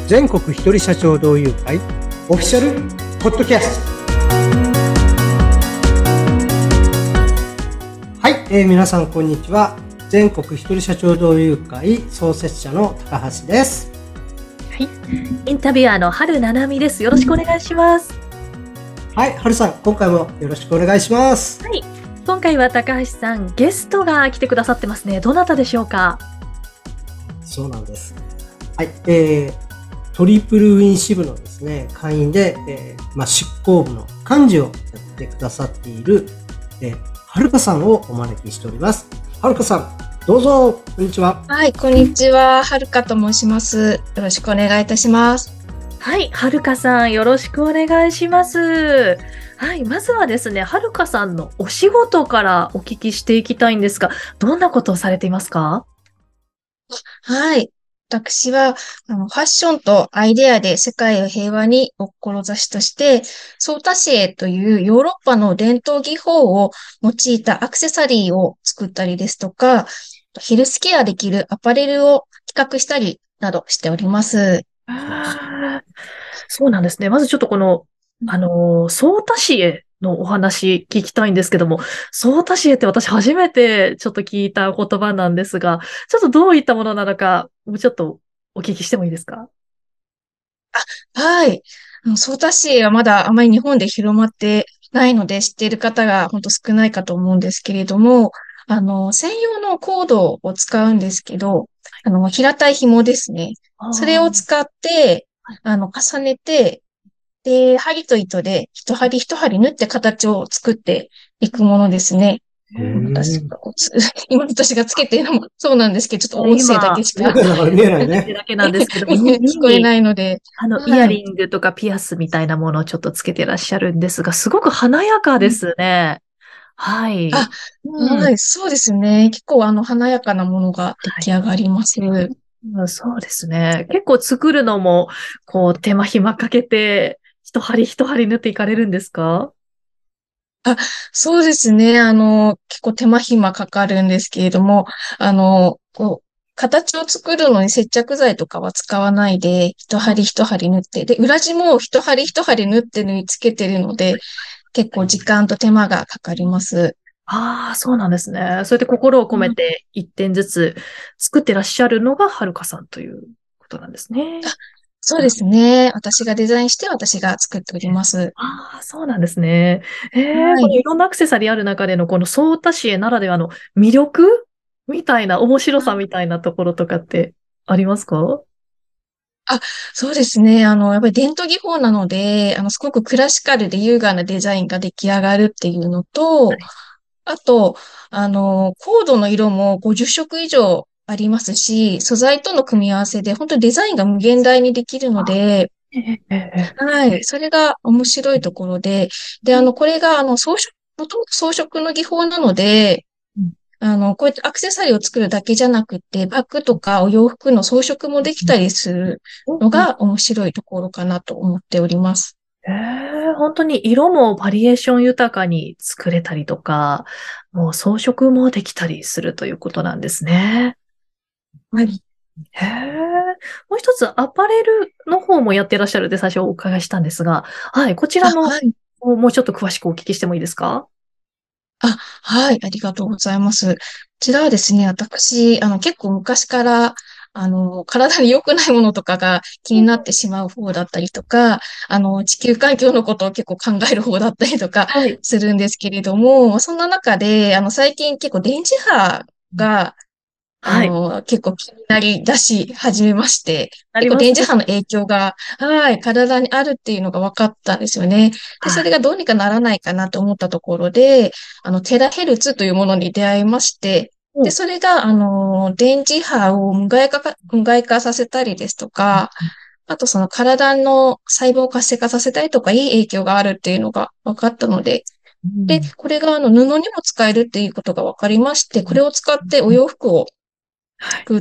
全国一人社長同友会オフィシャルポッドキャスト。はい、皆さんこんにちは。全国一人社長同友会創設者の高橋です。 はい、インタビュアーの春七海です。よろしくお願いします。 はい、春さん、今回もよろしくお願いします。 はい、今回は高橋さん、ゲストが来てくださってますね。どなたでしょうか？ そうなんです。はい、トリプルウィン支部のですね、会員で、執行部の幹事をやってくださっている、はるかさんをお招きしております。はるかさん、どうぞ、こんにちは。 はい、こんにちは。はるかと申します。よろしくお願いいたします。 はい、はるかさん、よろしくお願いします。はい、まずはですね、はるかさんのお仕事からお聞きしていきたいんですが、どんなことをされていますか？ はい。私は、ファッションとアイデアで世界を平和にを志として、ソータシエというヨーロッパの伝統技法を用いたアクセサリーを作ったりですとか、ヘルスケアできるアパレルを企画したりなどしております。 そうなんですね。まずちょっとこの、ソータシエのお話聞きたいんですけども、ソータシエって私初めてちょっと聞いた言葉なんですが、ちょっとどういったものなのか、もうちょっとお聞きしてもいいですか？ はい。ソータシエはまだあまり日本で広まってないので知っている方が本当少ないかと思うんですけれども、専用のコードを使うんですけど、平たい紐ですね。それをあ使って、重ねて、で、針と糸で一針一針縫って形を作っていくものですね。 うー私ん。 が今私がつけているのもそうなんですけど、ちょっと音声だけ今、 しかだから見えないね。 だけなんですけども、 聞こえ耳に、 ないので、 イヤはい。 リングとかピアスみたいなものをちょっとつけてらっしゃるんですが、すごく華やかですね。はあ、 い。うん。 はい、そうですね。結構華やかなものが出はい。 来上がります。 うん、そうですね。結構作るのも、こう、手間暇かけて、一針一針縫っていかれるんですか？ あ、そうですね。結構手間暇かかるんですけれども、形を作るのに接着剤とかは使わないで、一針一針縫って、で、裏地も一針一針縫って縫い付けてるので、結構時間と手間がかかります。 ああー、そうなんですね。それで心を込うん、 めて一点ずつ作ってらっしゃるのがはるかさんということなんですね。 そうですね。私がデザインして私が作っております。 ああ、そうなんですね。 はい。 このいろんなアクセサリーある中でのこのソータシエならではの魅力みたいな、面白さみたいなところとかってありますか？ あ、そうですね。やっぱり伝統技法なので、すごくクラシカルで優雅なデザインが出来上がるっていうのと、あと、コードの色も50色以上ありますし、素材との組み合わせで、本当にデザインが無限大にできるのあ、 で、 ええ、ええ、 はい。それが面白いところで、で、これが、もともと装飾の技法なので、 うん、 こうやってアクセサリーを作るだけじゃなくて、バッグとかお洋服の装飾もできたりするのうん、 が面白いところかなと思っております。 本当に色もバリエーション豊かに作れたりとか、もう装飾もできたりするということなんですね。 はい。 へえ。もう一つ、アパレルの方もやってらっしゃるって最初お伺いしたんですが、はい、こちらあ、 も、 はい。 もうちょっと詳しくお聞きしてもいいですか？ あ、はい。ありがとうございます。こちらはですね、私、結構昔から、体に良くないものとかが気になってしまう方だったりとか、地球環境のことを結構考える方だったりとかはい。 するんですけれども、そんな中で、最近結構電磁波がはい。 結構気になり出し始めまして、結構なりますね。 電磁波の影響が、はい、体にあるっていうのが分かったんですよね。で、そはい。 れがどうにかならないかなと思ったところで、テラヘルツというものに出会いまして、で、 お、 それが、電磁波を無害化させたりですとか、あとその体の細胞を活性化させたりとか、いい影響があるっていうのが分かったので、で、 うん。 これが布にも使えるっていうことが分かりまして、これを使ってお洋服をはい。 作って、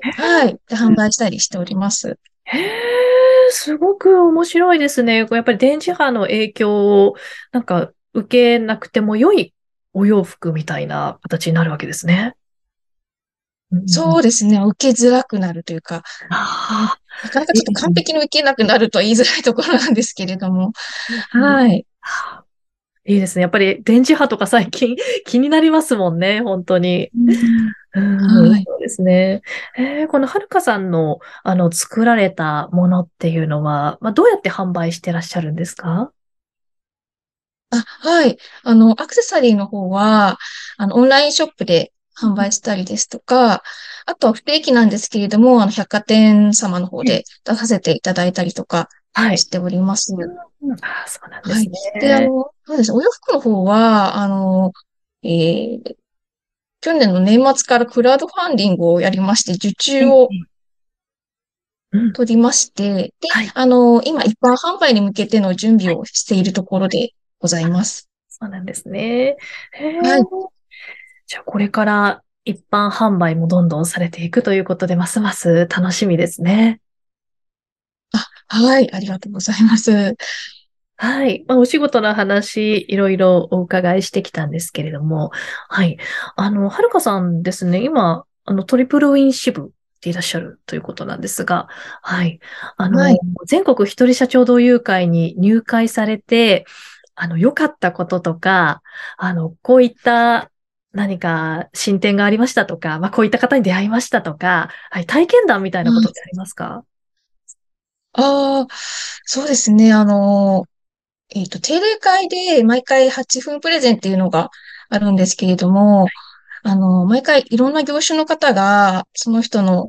はい。で、販売したりしております。 へえ、すごく面白いですね。こうやっぱり電磁波の影響をなんか受けなくても良いお洋服みたいな形になるわけですね。うんうん。 そうですね。受けづらくなるというか、 ああ、 なかなかちょっと完え璧に受けなくなるとは言いづらいところなんですけれども。 うんはい。 いいですね。やっぱり電磁波とか最近気になりますもんね、本当に。 うん、 うん、 はい。 そうですね。このはるかさんの、作られたものっていうのは、まあ、どうやって販売してらっしゃるんですか？ はい。アクセサリーの方は、オンラインショップで販売したりですとか、あとは不定期なんですけれども、百貨店様の方で出させていただいたりとかはい。 しております。 うん、あ、そうなんですはい。で、 ね。 そうですね。お洋服の方は、えー去年の年末からクラウドファンディングをやりまして、受注をえうん。 取りまして、で、 はい。 今一般販売に向けての準備をしているところでございます。 そうなんですね。へえ。 はい。 じゃあ、これから一般販売もどんどんされていくということで、ますます楽しみですね。 はい。ありがとうございます。 はい。まあ、お仕事の話、いろいろお伺いしてきたんですけれども、はい。はるかさんですね、今、トリプルウィン支部でいらっしゃるということなんですが、はい。 はい。 全国一人社長同友会に入会されて、良かったこととか、こういった何か進展がありましたとか、まあ、こういった方に出会いましたとか、はい、体験談みたいなことってありますか？ ああ、そうですね。定例会で毎回8分プレゼンっていうのがあるんですけれども、毎回いろんな業種の方が、その人の、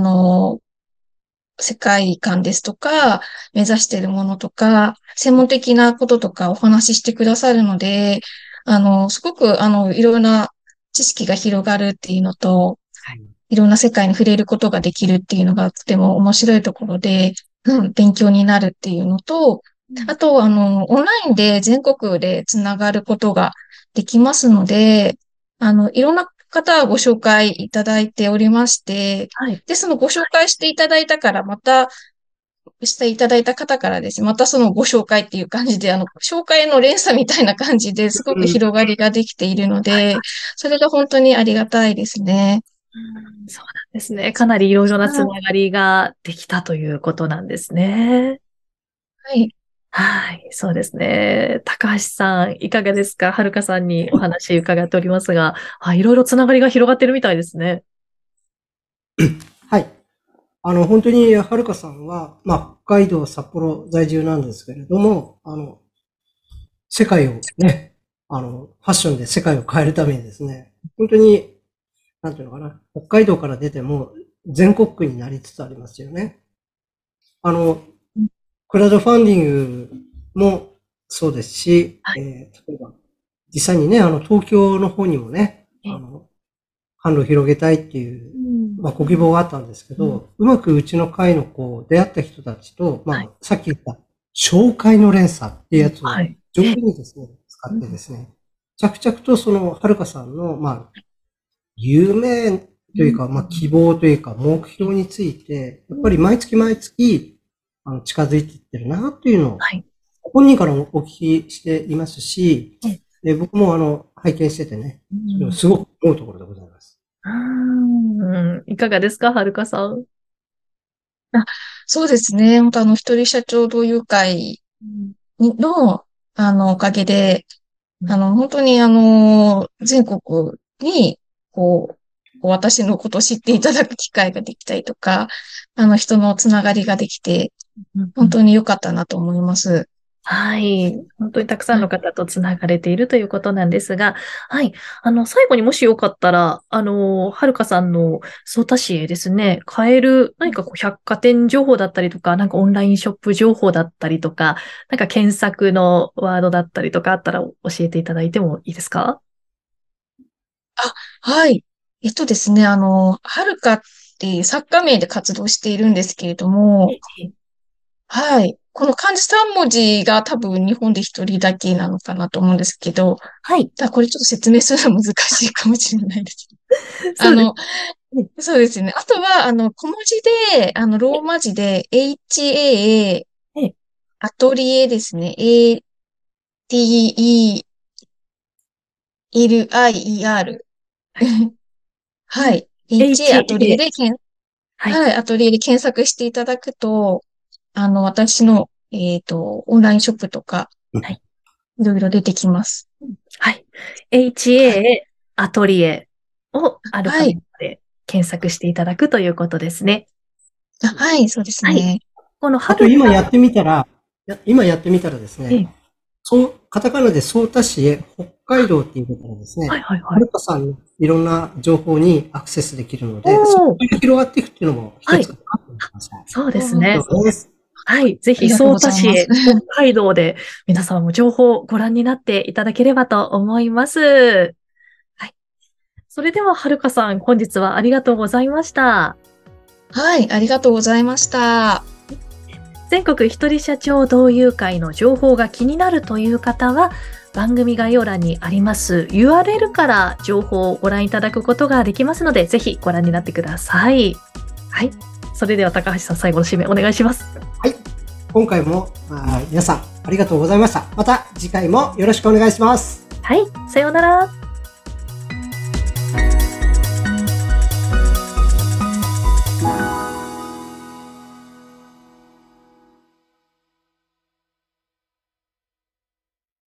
世界観ですとか、目指しているものとか、専門的なこととかお話ししてくださるので、すごく、いろんな知識が広がるっていうのと、 はい。 いろんな世界に触れることができるっていうのがとても面白いところで、勉強になるっていうのと、あと、オンラインで全国でつながることができますので、いろんな方ご紹介いただいておりまして、 はい。 で、そのご紹介していただいたから、また、していただいた方からですね、またそのご紹介っていう感じで、紹介の連鎖みたいな感じですごくうん広がりができているので、それが本当にありがたいですね。 うん、そうなんですね。かなりいろいろなつはい。 ながりができたということなんですね。 はい。 はい、そうですね。高橋さん、いかがですか？はるかさんにお話伺っておりますが、いろいろつながりが広がってるみたいですね。 はい。本当に、はるかさんは、まあ、北海道札幌在住なんですけれども、世界をね、ファッションで世界を変えるためにですね、本当に、なんていうのかな、北海道から出ても全国区になりつつありますよね。あの、クラウドファンディングもそうですし、 はい。 例えば、実際にね、東京の方にもね、 え販路を広げたいっていう、 うん、 まあ、ご希望があったんですけうん、 ど、うまくうちの会のこう、出会った人たちと、 はい。 まあ、さっき言った紹介の連鎖っていうやつをはい。 上手にですね、使ってですね、着々とその、はるかさんの、まあ、夢というか、まあ、希望というか、目標について、やっぱり毎月毎月、近づいていってるな、というのを、 はい。 本人からもお聞きしていますし、 えで僕も拝見しててね、それをうん、 すごく思うところでございます。 いかがですか、はるかさん？ あ、そうですね。本当一人社長同友会うん、 の、おかげで、 うん、 本当に全国に、こ私のことを知っていただく機会ができたりとか、人のつながりができて、本うん、 当に良かったなと思います。 はい。本当にたくさんはい。 の方とつながれているということなんですが、はい。最後にもしよかったら、はるかさんのソータシエですね、買える何かこう百貨店情報だったりとか、なんかオンラインショップ情報だったりとか、なんか検索のワードだったりとかあったら教えていただいてもいいですか？ あ、はい。ですね、はるかっていう作家名で活動しているんですけれども、 えはい。この漢字3文字が多分日本で一人だけなのかなと思うんですけど、 はい。 これちょっと説明するの難しいかもしれないです。 そうですあの、 ね。 そうですね。あとは、小文字で、ローマ字で、HAA、 ええ、 アトリエですね。ATELIER。 はい。 はい。HA アトリエ HA。 ではい。 はい、アトリエで検索していただくと、私の、オンラインショップとか、 はい。 いろいろ出てきます。 はい。 はい。 HA アトリエをアルフはい。 ァベットで検索していただくということですね。 はい、そうですはい。 ね。 このあと春さん、 今やってみたら、今やってみたらですね、 ええ、 カタカナで草太市へ北海道っていうことからですね、 はいはいはい。 はるかさんのいろんな情報にアクセスできるので、そこおー、 が広がっていくっていうのも一はい。 つかなと思いました。 そうですうん、 ね。 そうです。 はい。ぜひ、 ありがとう草ございます。 太市へ、北海道で、皆様も情報をご覧になっていただければと思います。はい。それでは、はるかさん、本日はありがとうございました。 はい、ありがとうございました。 全国一人社長同友会の情報が気になるという方は、番組概要欄にあります URL から情報をご覧いただくことができますので、ぜひご覧になってください。はい。それでは高橋さん、最後の締めお願いします。 はい。今回も皆さんありがとうございました。また次回もよろしくお願いします。 はい。さようなら。